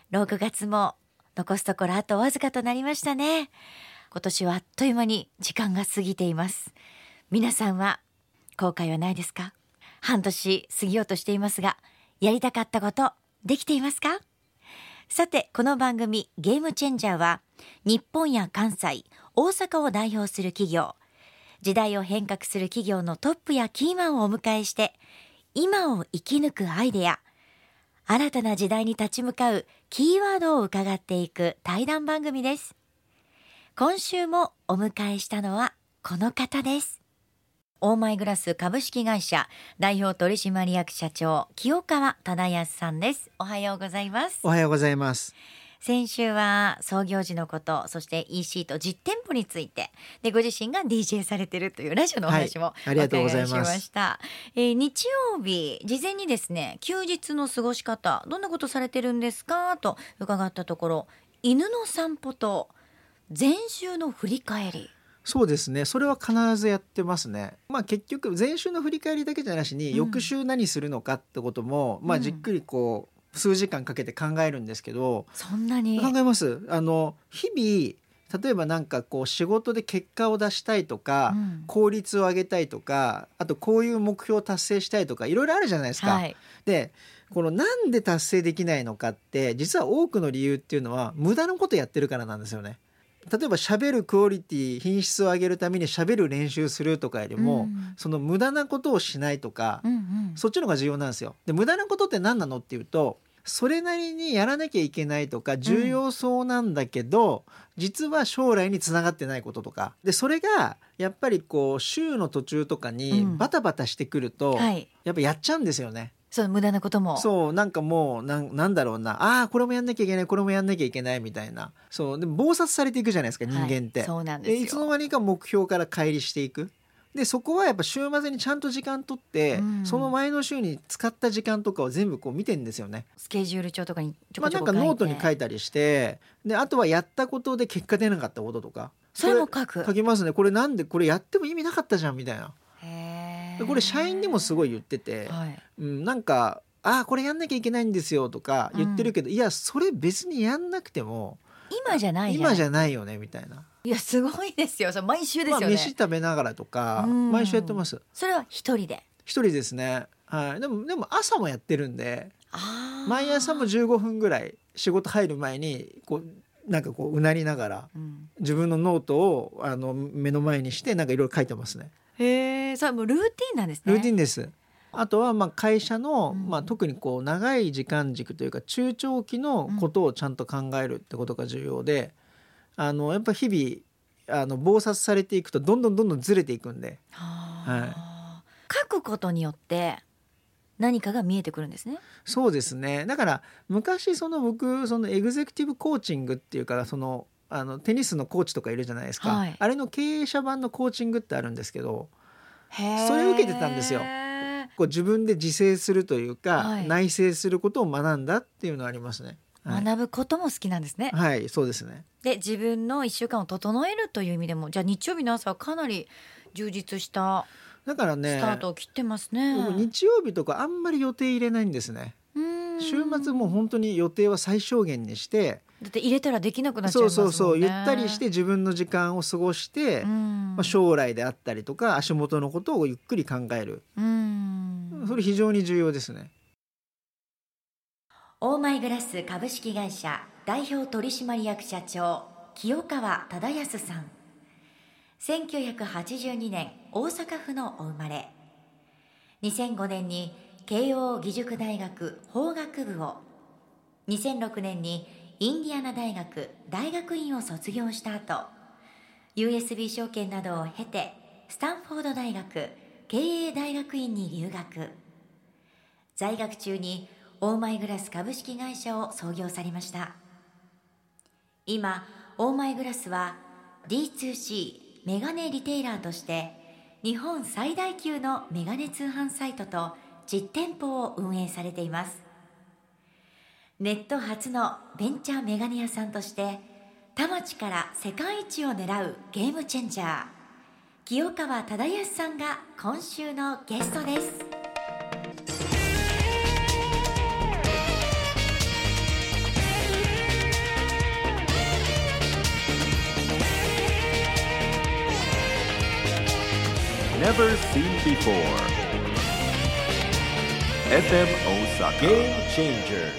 6月も残すところあとわずかとなりましたね。今年はあっという間に時間が過ぎています。皆さんは後悔はないですか？半年過ぎようとしていますが、やりたかったことできていますか？さて、この番組ゲームチェンジャーは日本や関西、大阪を代表する企業、時代を変革する企業のトップやキーマンをお迎えして、今を生き抜くアイデア、新たな時代に立ち向かうキーワードを伺っていく対談番組です。今週もお迎えしたのはこの方です。オーマイグラス株式会社代表取締役社長清川忠康さんです。おはようございます。 おはようございます。 先週は創業時のこと、そして EC と実店舗についてで、ご自身が DJ されているというラジオのお話もお伺いしました。日曜日事前にですね、休日の過ごし方どんなことされてるんですかと伺ったところ、犬の散歩と前週の振り返り。 そうですね、それは必ずやってますね。結局前週の振り返りだけじゃなしに、翌週何するのかってことも、じっくり数時間かけて考えるんですけど。 そんなに考えます。日々例えば仕事で結果を出したいとか、効率を上げたいとか、あとこういう目標を達成したいとか、いろいろあるじゃないですか、でなんで達成できないのかって、実は多くの理由っていうのは無駄なことやってるからなんですよね。例えば喋るクオリティ、品質を上げるために喋る練習するとかよりも、その無駄なことをしないとか、そっちの方が重要なんですよ。で、無駄なことって何なのっていうと、それなりにやらなきゃいけないとか重要そうなんだけど、実は将来につながってないこととかで、それがやっぱり週の途中とかにバタバタしてくると、やっぱやっちゃうんですよね。 そう、無駄なことも。 そう、もうなんだろうな、これもやんなきゃいけない、これもやんなきゃいけないみたいな。そうでも忙殺されていくじゃないですか、人間って。 そうなんですよ。 いつの間にか目標から乖離していく。でそこはやっぱ週末にちゃんと時間取って、その前の週に使った時間とかを全部見てんですよね。 スケジュール帳とかにちょこちょこ書いて、 ノートに書いたりして、であとはやったことで結果出なかったこととか、 それも書きますね。これなんでこれやっても意味なかったじゃんみたいな。これ社員にもすごい言ってて、これやんなきゃいけないんですよとか言ってるけど、いやそれ別にやんなくても今じゃないよねみたいな。 いやすごいですよ、それ毎週ですよね。 飯食べながらとか毎週やってます。 それは一人ですね。でも朝もやってるんで、毎朝も15分ぐらい仕事入る前にうなりながら、自分のノートを目の前にしていろいろ書いてますね。 へえ、それもうルーティンなんですね。 ルーティンです。あとは会社の、特に長い時間軸というか中長期のことをちゃんと考えるってことが重要で、やっぱ日々忙殺されていくとどんどんずれていくんで、 書くことによって何かが見えてくるんですね。 そうですね。だから昔僕エグゼクティブコーチングっていうか、テニスのコーチとかいるじゃないですか、あれの経営者版のコーチングってあるんですけど、それを受けてたんですよ。自分で自制するというか、内省することを学んだっていうのはありますね。 学ぶことも好きなんですね。 そうですね。 で自分の1週間を整えるという意味でも、じゃあ日曜日の朝はかなり充実したスタートを切ってますね。 僕日曜日とかあんまり予定入れないんですね。週末もう本当に予定は最小限にして、 だって入れたらできなくなっちゃいますもんね。 そうゆったりして自分の時間を過ごして、将来であったりとか足元のことをゆっくり考える。それ非常に重要ですね。 オーマイグラス株式会社代表取締役社長清川忠康さん。1982年大阪府のお生まれ。2005年に慶応義塾大学法学部を、2006年にインディアナ大学大学院を卒業した後、 USB 証券などを経てスタンフォード大学経営大学院に留学。在学中にオーマイグラス株式会社を創業されました。今オーマイグラスは D2C メガネリテイラーとして日本最大級のメガネ通販サイトと実店舗を運営されています。ネット初のベンチャーメガネ屋さんとして田町から世界一を狙うゲームチェンジャー清川忠康さんが今週のゲストです。 never seen before. FM Osaka Game Changers。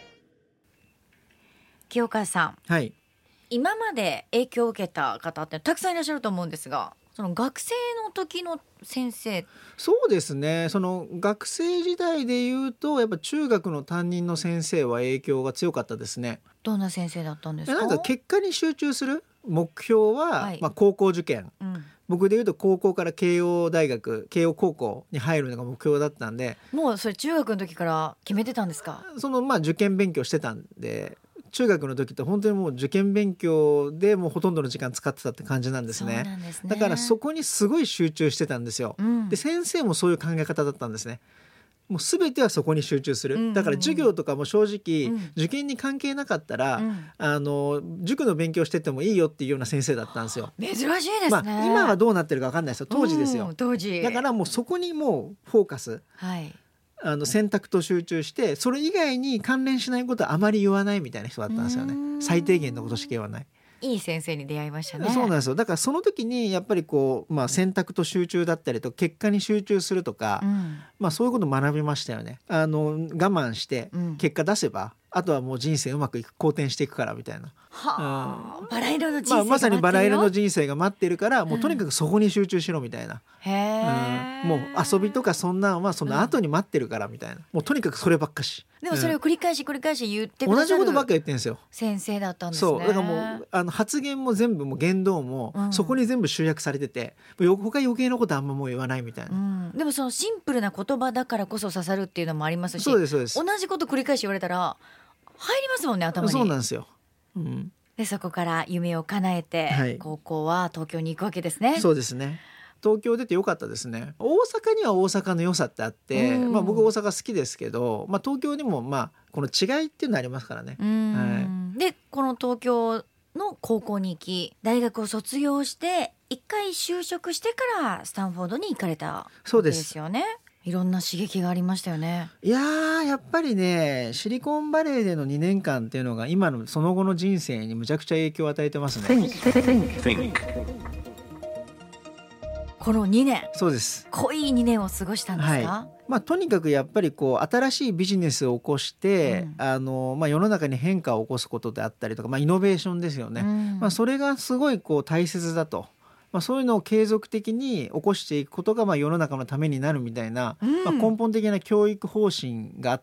清川さん、 はい、 今まで影響を受けた方ってたくさんいらっしゃると思うんですが、その学生の時の先生。 そうですね、その学生時代でいうとやっぱ中学の担任の先生は影響が強かったですね。 どんな先生だったんですか？ なんか結果に集中する目標は、 はい、 高校受験、 うん、 僕でいうと高校から慶応大学、慶応高校に入るのが目標だったんで。 もうそれ中学の時から決めてたんですか？ その受験勉強してたんで、中学の時って本当にもう受験勉強でもうほとんどの時間使ってたって感じなんですね。 そうなんですね。 だからそこにすごい集中してたんですよ、で先生もそういう考え方だったんですね。もう全てはそこに集中する、だから授業とかも正直、受験に関係なかったら、塾の勉強しててもいいよっていうような先生だったんですよ。 珍しいですね。 今はどうなってるか分かんないですよ、当時ですよ、 当時。 だからもうそこにもうフォーカス、 はい、 選択と集中して、それ以外に関連しないことはあまり言わないみたいな人だったんですよね。最低限のことしか言わない。 いい先生に出会いましたね。 そうなんですよ。だからその時にやっぱり選択と集中だったりと結果に集中するとか、そういうことを学びましたよね。我慢して結果出せば、あとはもう人生うまくいく、好転していくからみたいな。 バラ色の人生が待ってるよ。 まさにバラ色の人生が待ってるから、もうとにかくそこに集中しろみたいな。もう遊びとかそんなんはその後に待ってるからみたいな、もうとにかくそればっかし。 でもそれを繰り返し言ってくだ同さるじことばっか言ってるんですよ。 先生だったんですね。 そうだからもう発言も全部もう言動も、そこに全部集約されてて、他余計なことあんまもう言わないみたいな、 でもそのシンプルな言葉だからこそ刺さるっていうのもありますし、 そうですそうです。 同じこと繰り返し言われたら入りますもんね、頭に。 そうなんですよ、 でそこから夢を叶えて、高校は東京に行くわけですね。 そうですね。東京出てよかったですね。大阪には大阪の良さってあって、僕大阪好きですけど、東京にもこの違いっていうのありますからね。 でこの東京の高校に行き、大学を卒業して一回就職してからスタンフォードに行かれたわけですよね。いろんな刺激がありましたよね。 いややっぱりね、シリコンバレーでの2年間っていうのが今のその後の人生にむちゃくちゃ影響を与えてますね。 Think。 この2年、そうです、 濃い2年を過ごしたんですか？ とにかくやっぱり新しいビジネスを起こして、世の中に変化を起こすことであったりとか、イノベーションですよね、それがすごい大切だと、そういうのを継続的に起こしていくことが世の中のためになるみたいな、根本的な教育方針があって、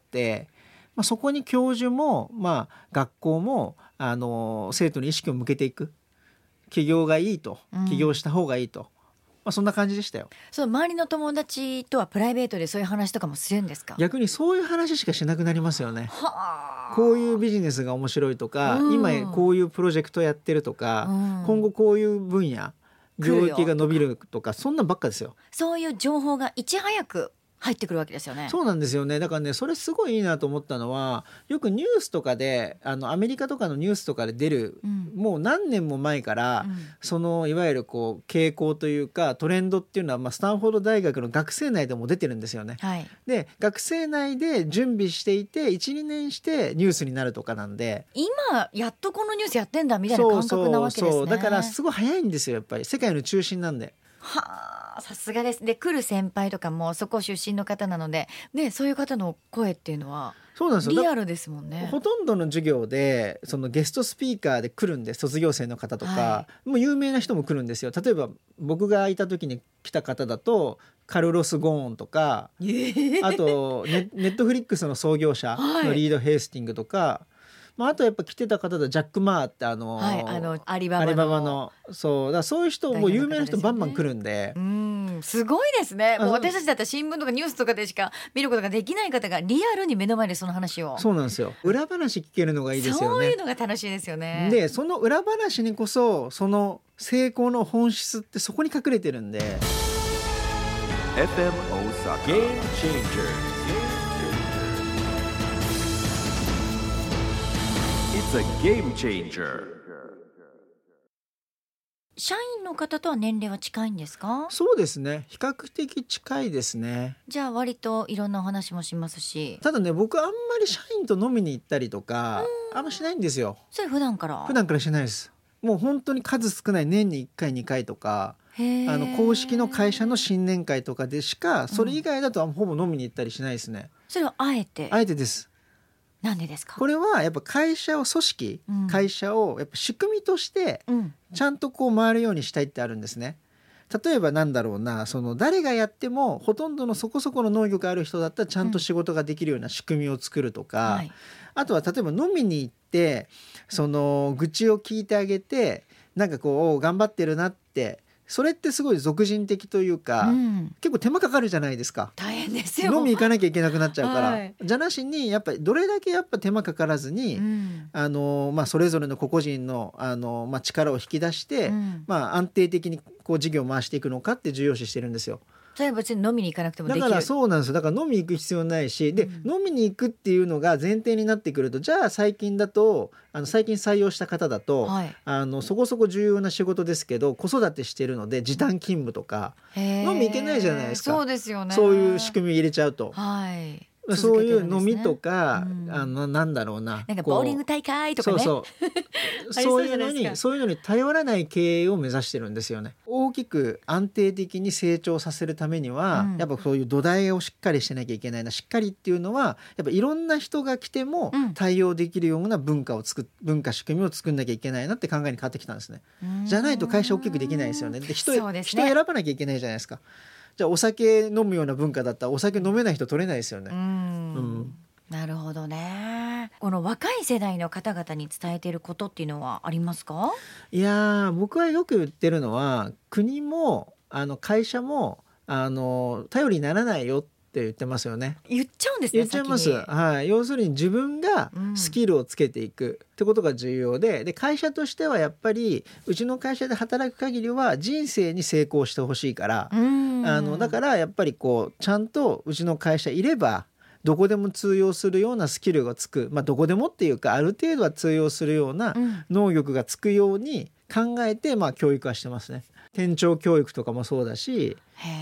そこに教授も、学校も生徒に意識を向けていく。起業がいいと、起業した方がいいと、そんな感じでしたよ。 そう、周りの友達とはプライベートでそういう話とかもするんですか？ 逆にそういう話しかしなくなりますよね。こういうビジネスが面白いとか、今こういうプロジェクトやってるとか、今後こういう分野領域が伸びるとか、そんなんばっかですよ。 そういう情報がいち早く入ってくるわけですよね。 そうなんですよね。だからね、それすごいいいなと思ったのは、よくニュースとかでアメリカとかのニュースとかで出る、もう何年も前から、そのいわゆる傾向というかトレンドっていうのは、スタンフォード大学の学生内でも出てるんですよね。で学生内で準備していて 1,2 年してニュースになるとかなんで、 今やっとこのニュースやってんだみたいな感覚なわけですね。 そうだからすごい早いんですよ、やっぱり世界の中心なんで。 さすがです。で来る先輩とかもそこ出身の方なので、そういう方の声っていうのはリアルですもんね。 ほとんどの授業でそのゲストスピーカーで来るんで、卒業生の方とか、もう有名な人も来るんですよ。例えば僕がいた時に来た方だとカルロス・ゴーンとか、あとネットフリックスの創業者のリード・ヘイスティングとか、あとやっぱ来てた方だジャック・マーってアリババのそういう人もう有名な人バンバン来るんで、 すごいですね。もう私たちだったら新聞とかニュースとかでしか見ることができない方がリアルに目の前でその話を。 そうなんですよ。裏話聞けるのがいいですよね。 そういうのが楽しいですよね。 でその裏話にこそその成功の本質ってそこに隠れてるんで。 FM Osaka Game Changer。It's a game changer。 社員の方とは年齢は近いんですか？ そうですね、比較的近いですね。 じゃあ割といろんなお話もしますし。 ただね、僕あんまり社員と飲みに行ったりとかあんましないんですよ。 それ普段からしないです。もう本当に数少ない、年に1回2回とか。 公式の会社の新年会とかでしか、それ以外だとほぼ飲みに行ったりしないですね。 それはあえてです。 なんでですか？これはやっぱ会社を組織、会社をやっぱ仕組みとしてちゃんとこう回るようにしたいってあるんですね。例えばなんだろうな、その誰がやってもほとんどのそこそこの能力ある人だったらちゃんと仕事ができるような仕組みを作るとか、あとは例えば飲みに行ってその愚痴を聞いてあげて、なんかこう頑張ってるなって、それってすごい俗人的というか、結構手間かかるじゃないですか。 大変ですよ。 飲み行かなきゃいけなくなっちゃうから、じゃなしにやっぱりどれだけやっぱ手間かからずに、それぞれの個々人の、力を引き出して、安定的にこう事業を回していくのかって重要視してるんですよ。 それは別に飲みに行かなくてもできる。 だからそうなんですよ。だから飲みに行く必要ないし、で、飲みに行くっていうのが前提になってくると、じゃあ最近だと最近採用した方だと、そこそこ重要な仕事ですけど子育てしてるので時短勤務とか飲み行けないじゃないですか。 そうですよね。 そういう仕組みを入れちゃうと。そういう飲みとか、なんだろうな、 なんかボーリング大会とかね、 そういうのに頼らない経営を目指してるんですよね。大きく安定的に成長させるためには、やっぱそういう土台をしっかりしてなきゃいけないな。しっかりっていうのはやっぱいろんな人が来ても対応できるような文化仕組みを作んなきゃいけないなって考えに変わってきたんですね。じゃないと会社大きくできないですよね。で、人選ばなきゃいけないじゃないですか。じゃあお酒飲むような文化だったらお酒飲めない人取れないですよね。 なるほどね。この若い世代の方々に伝えていることっていうのはありますか？ いや、僕はよく言ってるのは、国も会社も頼りにならないよって言ってますよね。 言っちゃうんですね。 言っちゃいます。要するに自分がスキルをつけていくってことが重要で、会社としてはやっぱりうちの会社で働く限りは人生に成功してほしいから、だからやっぱりこうちゃんとうちの会社いればどこでも通用するようなスキルがつく、どこでもっていうかある程度は通用するような能力がつくように考えて、教育はしてますね。店長教育とかもそうだし、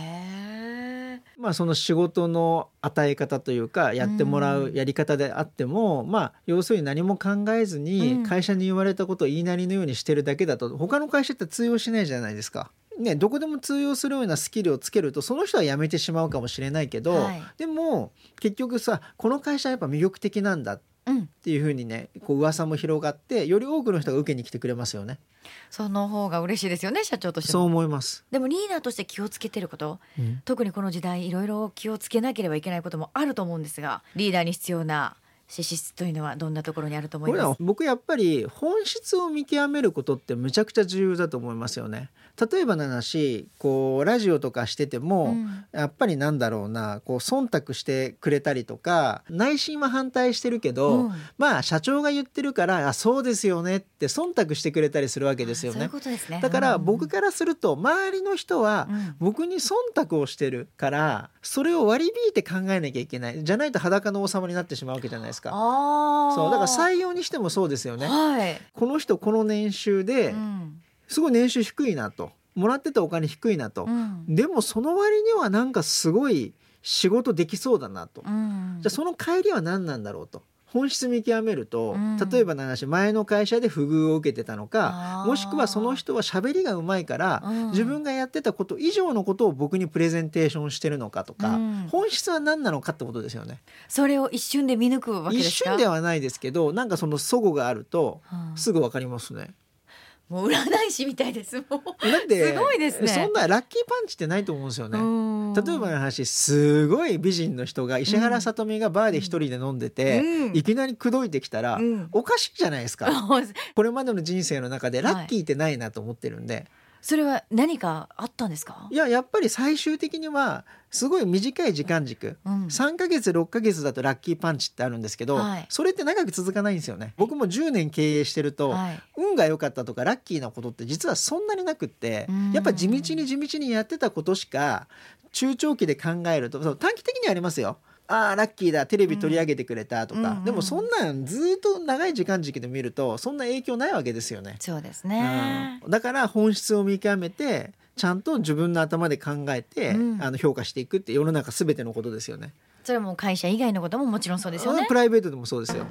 その仕事の与え方というかやってもらうやり方であっても、要するに何も考えずに会社に言われたことを言いなりのようにしてるだけだと他の会社って通用しないじゃないですか。どこでも通用するようなスキルをつけるとその人は辞めてしまうかもしれないけど、でも結局さ、この会社はやっぱ魅力的なんだっていう風にね、こう噂も広がってより多くの人が受けに来てくれますよね。 その方が嬉しいですよね、社長としても。 そう思います。 でもリーダーとして気をつけてること、特にこの時代いろいろ気をつけなければいけないこともあると思うんですが、リーダーに必要な資質というのはどんなところにあると思います？ 僕やっぱり本質を見極めることってむちゃくちゃ重要だと思いますよね。例えばの話、こうラジオとかしてても、やっぱりなんだろうな、こう忖度してくれたりとか内心は反対してるけど、社長が言ってるからそうですよねって忖度してくれたりするわけですよね。 そういうことですね。 だから僕からすると周りの人は僕に忖度をしてるから、それを割り引いて考えなきゃいけない。じゃないと裸の王様になってしまうわけじゃないですか。そうだから採用にしてもそうですよね。この人この年収ですごい年収低いなと、もらってたお金低いなと、でもその割にはなんかすごい仕事できそうだなと、じゃあその帰りは何なんだろうと本質見極めると、例えばの話、前の会社で不遇を受けてたのか、もしくはその人は喋りがうまいから、自分がやってたこと以上のことを僕にプレゼンテーションしてるのかとか、本質は何なのかってことですよね。 それを一瞬で見抜くわけですか？ 一瞬ではないですけど、なんかその齟齬があるとすぐ分かりますね。 もう占い師みたいです。もうだってすごいですね。 そんなラッキーパンチってないと思うんですよね。例えばの話、すごい美人の人が石原さとみがバーで一人で飲んでて、いきなり口説いてきたら、おかしいじゃないですか。これまでの人生の中でラッキーってないなと思ってるんで、 それは何かあったんですか？ やっぱり最終的にはすごい短い時間軸、3ヶ月6ヶ月だとラッキーパンチってあるんですけど、それって長く続かないんですよね。僕も10年経営してると、運が良かったとかラッキーなことって実はそんなになくって、やっぱ地道にやってたことしか中長期で考えると、短期的にはありますよ。ラッキーだ、テレビ取り上げてくれたとか、でもそんなんずっと長い時間軸で見るとそんな影響ないわけですよね。 そうですね、 だから本質を見極めてちゃんと自分の頭で考えて、評価していくって世の中全てのことですよね。 それはもう会社以外のことももちろんそうですよね。 プライベートでもそうですよ、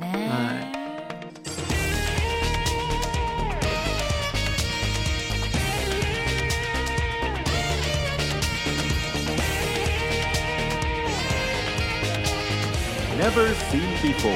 never seen before.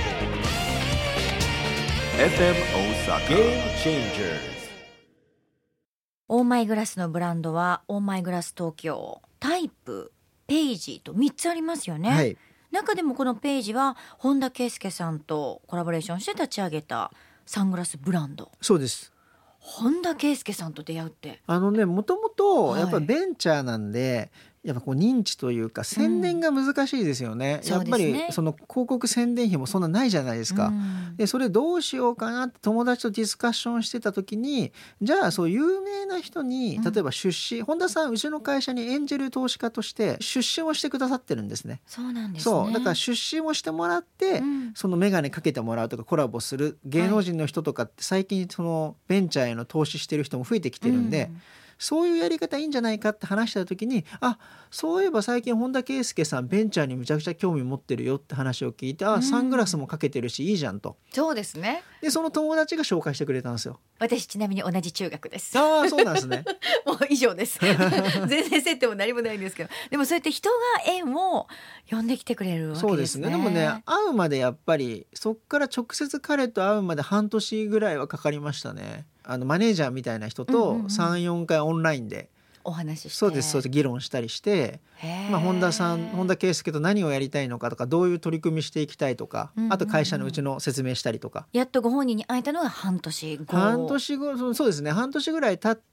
FM Osaka Game Changers。 オーマイグラスのブランドはオーマイグラス東京、タイプ、ページと3つありますよね、 はい、 中でもこのページは本田圭佑さんとコラボレーションして立ち上げたサングラスブランド。 そうです。 本田圭佑さんと出会うってもともとやっぱりベンチャーなんで、やっぱこう認知というか宣伝が難しいですよね、やっぱりその広告宣伝費もそんなないじゃないですか、でそれどうしようかなって友達とディスカッションしてた時に、じゃあそう有名な人に例えば出資、本田さんうちの会社にエンジェル投資家として出資をしてくださってるんですね。 そうなんですね。 そうだから出資もしてもらって、そのメガネかけてもらうとかコラボする芸能人の人とかって最近そのベンチャーへの投資してる人も増えてきてるんで、そういうやり方いいんじゃないかって話した時に、そういえば最近本田圭佑さんベンチャーにむちゃくちゃ興味持ってるよって話を聞いて、サングラスもかけてるしいいじゃんと。 そうですね。 でその友達が紹介してくれたんですよ。 私ちなみに同じ中学です。 そうなんですね。 もう以上です全然接点も何もないんですけど、でもそうやって人が縁を呼んできてくれるわけですね。 そうですね。でもね、会うまでやっぱりそっから直接彼と会うまで半年ぐらいはかかりましたね。マネージャーみたいな人と 3,4 回オンラインでお話しして、 そうです議論したりして、本田圭佑と何をやりたいのかとか、どういう取り組みしていきたいとか、あと会社のうちの説明したりとか。 やっとご本人に会えたのが半年後。 そうですね、半年ぐらい経って、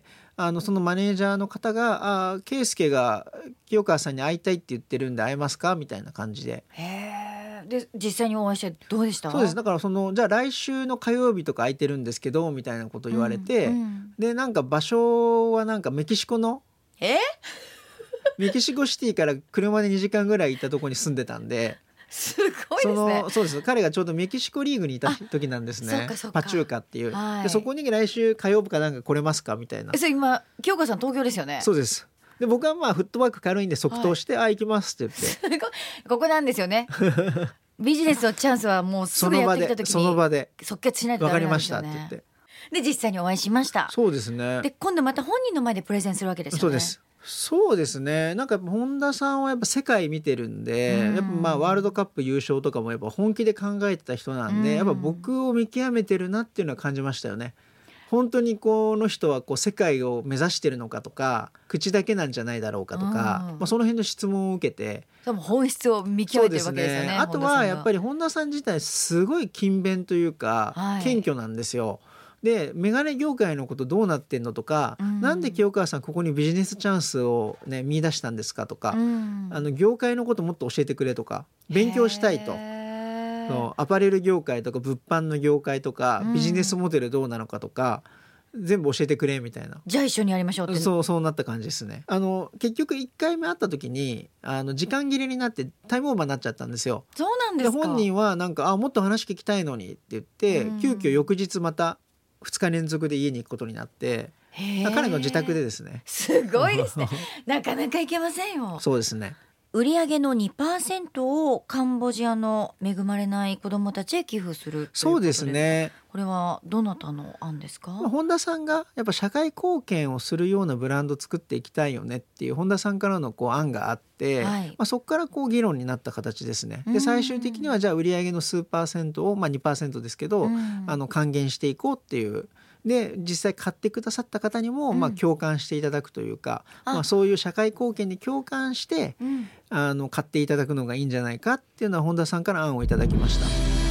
そのマネージャーの方が圭佑が清川さんに会いたいって言ってるんで会えますかみたいな感じで。 で実際にお会いしてどうでした？ そうです。だからじゃあ来週の火曜日とか空いてるんですけどみたいなこと言われて、でなんか場所はなんかメキシコのメキシコシティから車で2時間ぐらい行ったところに住んでたんで、 すごいですね。 そうです。彼がちょうどメキシコリーグにいた時なんですね。パチューカっていう、でそこに来週火曜日かなんか来れますかみたいな。 今清川さん東京ですよね。 そうです。で僕はフットワーク軽いんで即答して、行きますって言ってここなんですよねビジネスのチャンスはもうすぐやってきた時にその場で即決しないとダメなんですよね。 分かりましたって言って、 で実際にお会いしました。 そうですね。 で今度また本人の前でプレゼンするわけですよね。 そうですね。なんか本田さんはやっぱ世界見てるんで、やっぱワールドカップ優勝とかもやっぱ本気で考えてた人なんで、やっぱ僕を見極めてるなっていうのは感じましたよね。本当にこの人は世界を目指してるのかとか、口だけなんじゃないだろうかとか、その辺の質問を受けて、 本質を見極めてるわけですよね。 あとはやっぱり本田さん自体すごい勤勉というか、謙虚なんですよ。でメガネ業界のことどうなってんのとか、なんで清川さんここにビジネスチャンスを、見出したんですかとか、業界のこともっと教えてくれとか、勉強したいと。アパレル業界とか物販の業界とか、ビジネスモデルどうなのかとか全部教えてくれみたいな。 じゃあ一緒にやりましょうって。 そうなった感じですね。結局1回目会った時に時間切れになってタイムオーバーになっちゃったんですよ。 そうなんですか。 で本人はなんかもっと話聞きたいのにって言って、急遽翌日また2日連続で家に行くことになって、彼の自宅でですね。 すごいですねなかなか行けませんよ。 そうですね。 売上の 2% をカンボジアの恵まれない子どもたちへ寄付するということです。 そうですね。 これはどなたの案ですか？ 本田さんがやっぱ社会貢献をするようなブランド作っていきたいよねっていう本田さんからの案があって、そこから議論になった形ですね。で最終的にはじゃあ売上の数%を、2% ですけど、還元していこうっていう。で実際買ってくださった方にも、共感していただくというか、そういう社会貢献に共感して、買っていただくのがいいんじゃないかっていうのは本田さんから案をいただきました。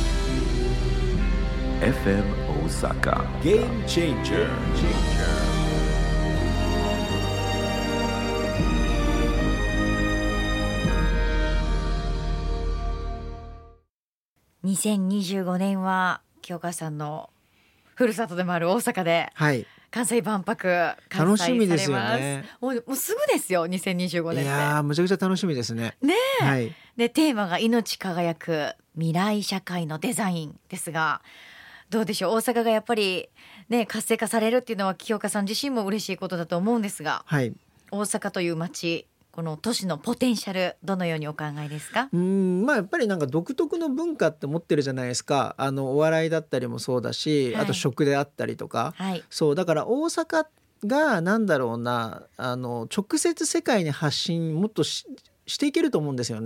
FM Osaka Game Changer。 2025年は清川さんのふるさとでもある大阪で、関西万博開催されます。楽しみですよね。もうすぐですよ2025年って。 いやむちゃくちゃ楽しみですね。 でテーマが命輝く未来社会のデザインですが、どうでしょう。大阪がやっぱり活性化されるっていうのは清川さん自身も嬉しいことだと思うんですが、大阪という街、この都市のポテンシャル、どのようにお考えですか？ やっぱりなんか独特の文化って持ってるじゃないですか。お笑いだったりもそうだし、あと食であったりとか、そうだから大阪がなんだろうな、直接世界に発信もっとしていけると思うんですよね。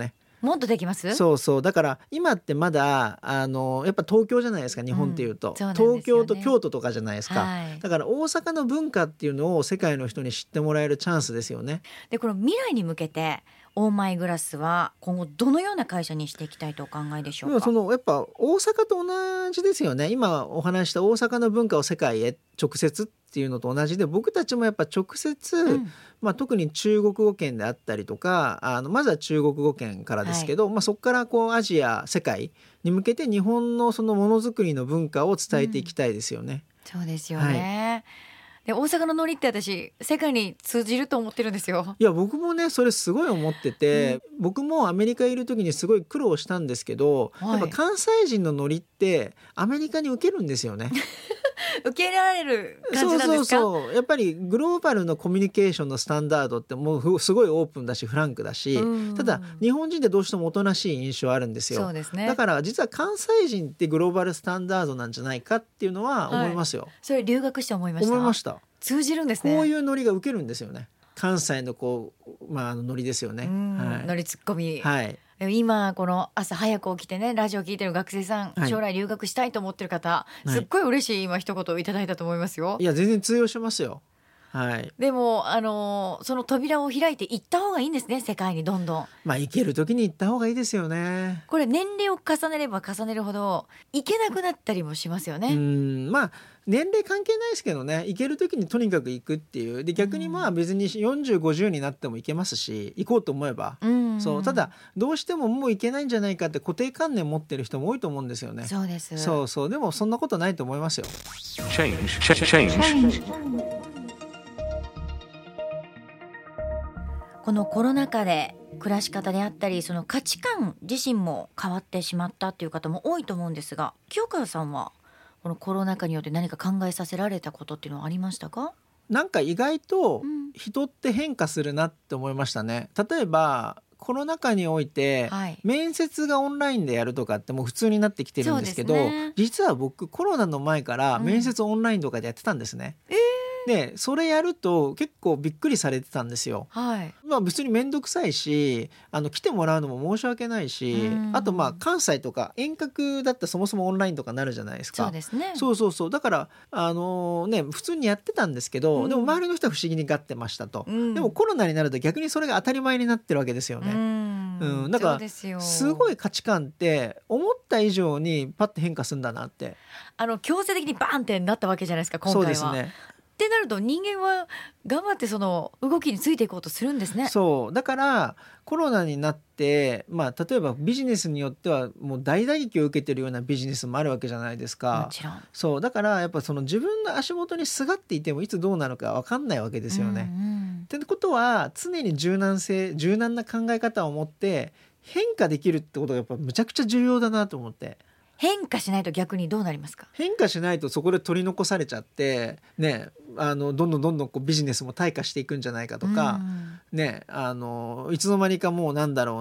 もっとできます？ そうそう、だから今ってまだやっぱ東京じゃないですか、日本っていうと、東京と京都とかじゃないですか、だから大阪の文化っていうのを世界の人に知ってもらえるチャンスですよね。 でこの未来に向けてオーマイグラスは今後どのような会社にしていきたいとお考えでしょうか？ やっぱ大阪と同じですよね。今お話した大阪の文化を世界へ直接っていうのと同じで、僕たちもやっぱ直接、特に中国語圏であったりとか、まずは中国語圏からですけど、そこからこうアジア世界に向けて日本のそのものづくりの文化を伝えていきたいですよね。 そうですよね、で大阪のノリって私世界に通じると思ってるんですよ。 いや僕もねそれすごい思ってて、僕もアメリカいる時にすごい苦労したんですけど、やっぱ関西人のノリってアメリカに受けるんですよね。 受け入れられる感じなんですか？ そうやっぱりグローバルのコミュニケーションのスタンダードってもうすごいオープンだしフランクだし、ただ日本人ってどうしてもおとなしい印象あるんですよ。 そうですね。 だから実は関西人ってグローバルスタンダードなんじゃないかっていうのは思いますよ、 それ留学して思いました？ 思いました。 通じるんですね。 こういうノリが受けるんですよね。関西のノリですよね、 ノリツッコミ、 はい今この朝早く起きてねラジオ聞いてる学生さん、将来留学したいと思ってる方、すっごい嬉しい今一言いただいたと思いますよ。 いや全然通用しますよ。 でもその扉を開いていった方がいいんですね、世界にどんどん。 行ける時に行った方がいいですよね。 これ年齢を重ねれば重ねるほど行けなくなったりもしますよね。 年齢関係ないですけどね、行ける時にとにかく行くっていうで、逆に別に40、50になっても行けますし、行こうと思えば、そうただどうしてももう行けないんじゃないかって固定観念持ってる人も多いと思うんですよね。 そうです。 そうでもそんなことないと思いますよ。 このコロナ禍で暮らし方であったりその価値観自身も変わってしまったという方も多いと思うんですが、清川さんはこのコロナ禍によって何か考えさせられたことっていうのはありましたか？ なんか意外と人って変化するなって思いましたね。例えばコロナ禍において、面接がオンラインでやるとかってもう普通になってきてるんですけど、実は僕コロナの前から面接オンラインとかでやってたんですね。でそれやると結構びっくりされてたんですよ。別に面倒くさいし来てもらうのも申し訳ないし、あと関西とか遠隔だったらそもそもオンラインとかなるじゃないですか。 そうですね。 そうだから普通にやってたんですけど、でも周りの人は不思議にがってましたと、でもコロナになると逆にそれが当たり前になってるわけですよね。だからすごい価値観って思った以上にパッて変化するんだなって。 強制的にバーンってなったわけじゃないですか今回は。そうですね。ってなると人間は頑張ってその動きについていこうとするんですね。 そうだからコロナになって、例えばビジネスによってはもう大打撃を受けてるようなビジネスもあるわけじゃないですか。 もちろん。 そうだからやっぱその自分の足元にすがっていてもいつどうなるか分かんないわけですよね。ってことは常に柔軟な考え方を持って変化できるってことがやっぱむちゃくちゃ重要だなと思って。 変化しないと逆にどうなりますか？ 変化しないとそこで取り残されちゃってね、どんどんこうビジネスも退化していくんじゃないかとか、ね、いつの間にかもう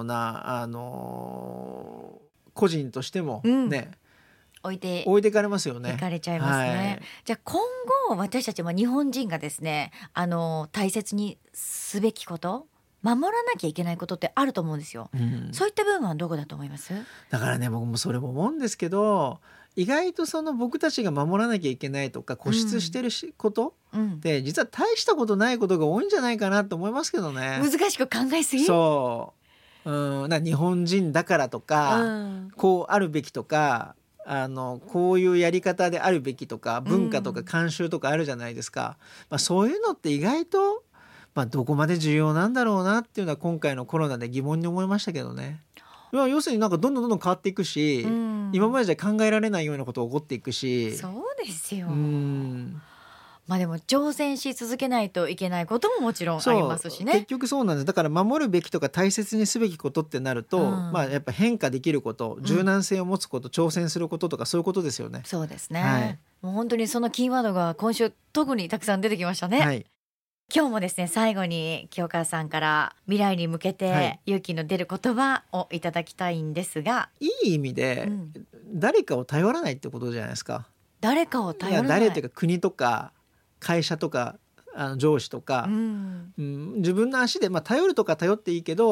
個人としてもね、置いてかれますよね。 行かれちゃいますね。じゃあ今後私たちも日本人がですね大切にすべきこと守らなきゃいけないことってあると思うんですよ、そういった部分はどこだと思います？ だからね僕もそれも思うんですけど、意外とその僕たちが守らなきゃいけないとか固執してることで、実は大したことないことが多いんじゃないかなと思いますけどね。 難しく考えすぎ？ 日本人だからとか、こうあるべきとかこういうやり方であるべきとか文化とか慣習とかあるじゃないですか、そういうのって意外とどこまで重要なんだろうなっていうのは今回のコロナで疑問に思いましたけどね。要するになんかどんどん変わっていくし、今までじゃ考えられないようなことが起こっていくし。 そうですよ。でも挑戦し続けないといけないことももちろんありますしね。 結局そうなんです。だから守るべきとか大切にすべきことってなると、やっぱ変化できること、柔軟性を持つこと、挑戦することとかそういうことですよね。 そうですね、もう本当にそのキーワードが今週特にたくさん出てきましたね。今日もですね最後に清川さんから未来に向けて勇気の出る言葉をいただきたいんですが、 いい意味で誰かを頼らないってことじゃないですか。 誰かを頼らない。 誰というか国とか会社とか上司とか、自分の足で、頼るとか頼っていいけど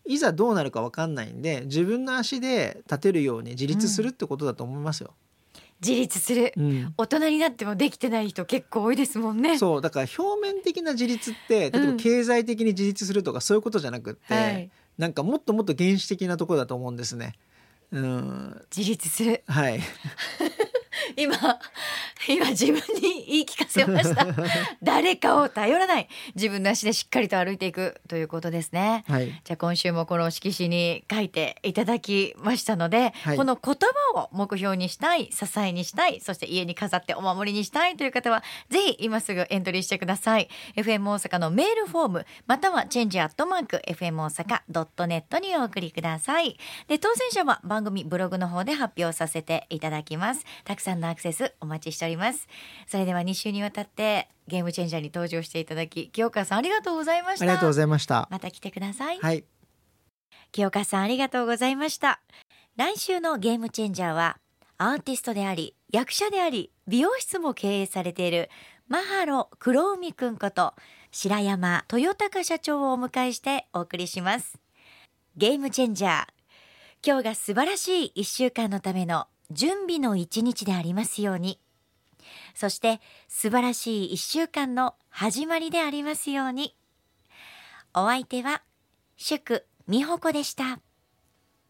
いざどうなるか分かんないんで、自分の足で立てるように自立するってことだと思いますよ。 自立する、大人になってもできてない人結構多いですもんね。 そうだから表面的な自立って例えば経済的に自立するとかそういうことじゃなくって、なんかもっともっと原始的なところだと思うんですね。 自立する、 はい今自分に言い聞かせました誰かを頼らない、自分の足でしっかりと歩いていくということですね、 はい、 じゃあ今週もこの色紙に書いていただきましたので、 はい、 この言葉を目標にしたい、支えにしたい、そして家に飾ってお守りにしたいという方はぜひ今すぐエントリーしてください。 FM 大阪のメールフォームまたはchange@fm大阪.net にお送りください。で当選者は番組ブログの方で発表させていただきます。たくさんのアクセスお待ちしております。それでは2週にわたってゲームチェンジャーに登場していただき、清川さんありがとうございました。 ありがとうございました。 また来てください。 はい、 清川さんありがとうございました。来週のゲームチェンジャーはアーティストであり役者であり美容室も経営されているマハロ黒海くんこと白山豊隆社長をお迎えしてお送りします。ゲームチェンジャー、今日が素晴らしい1週間のための準備の1日でありますように、そして素晴らしい1週間の始まりでありますように。お相手は祝美穂子でした。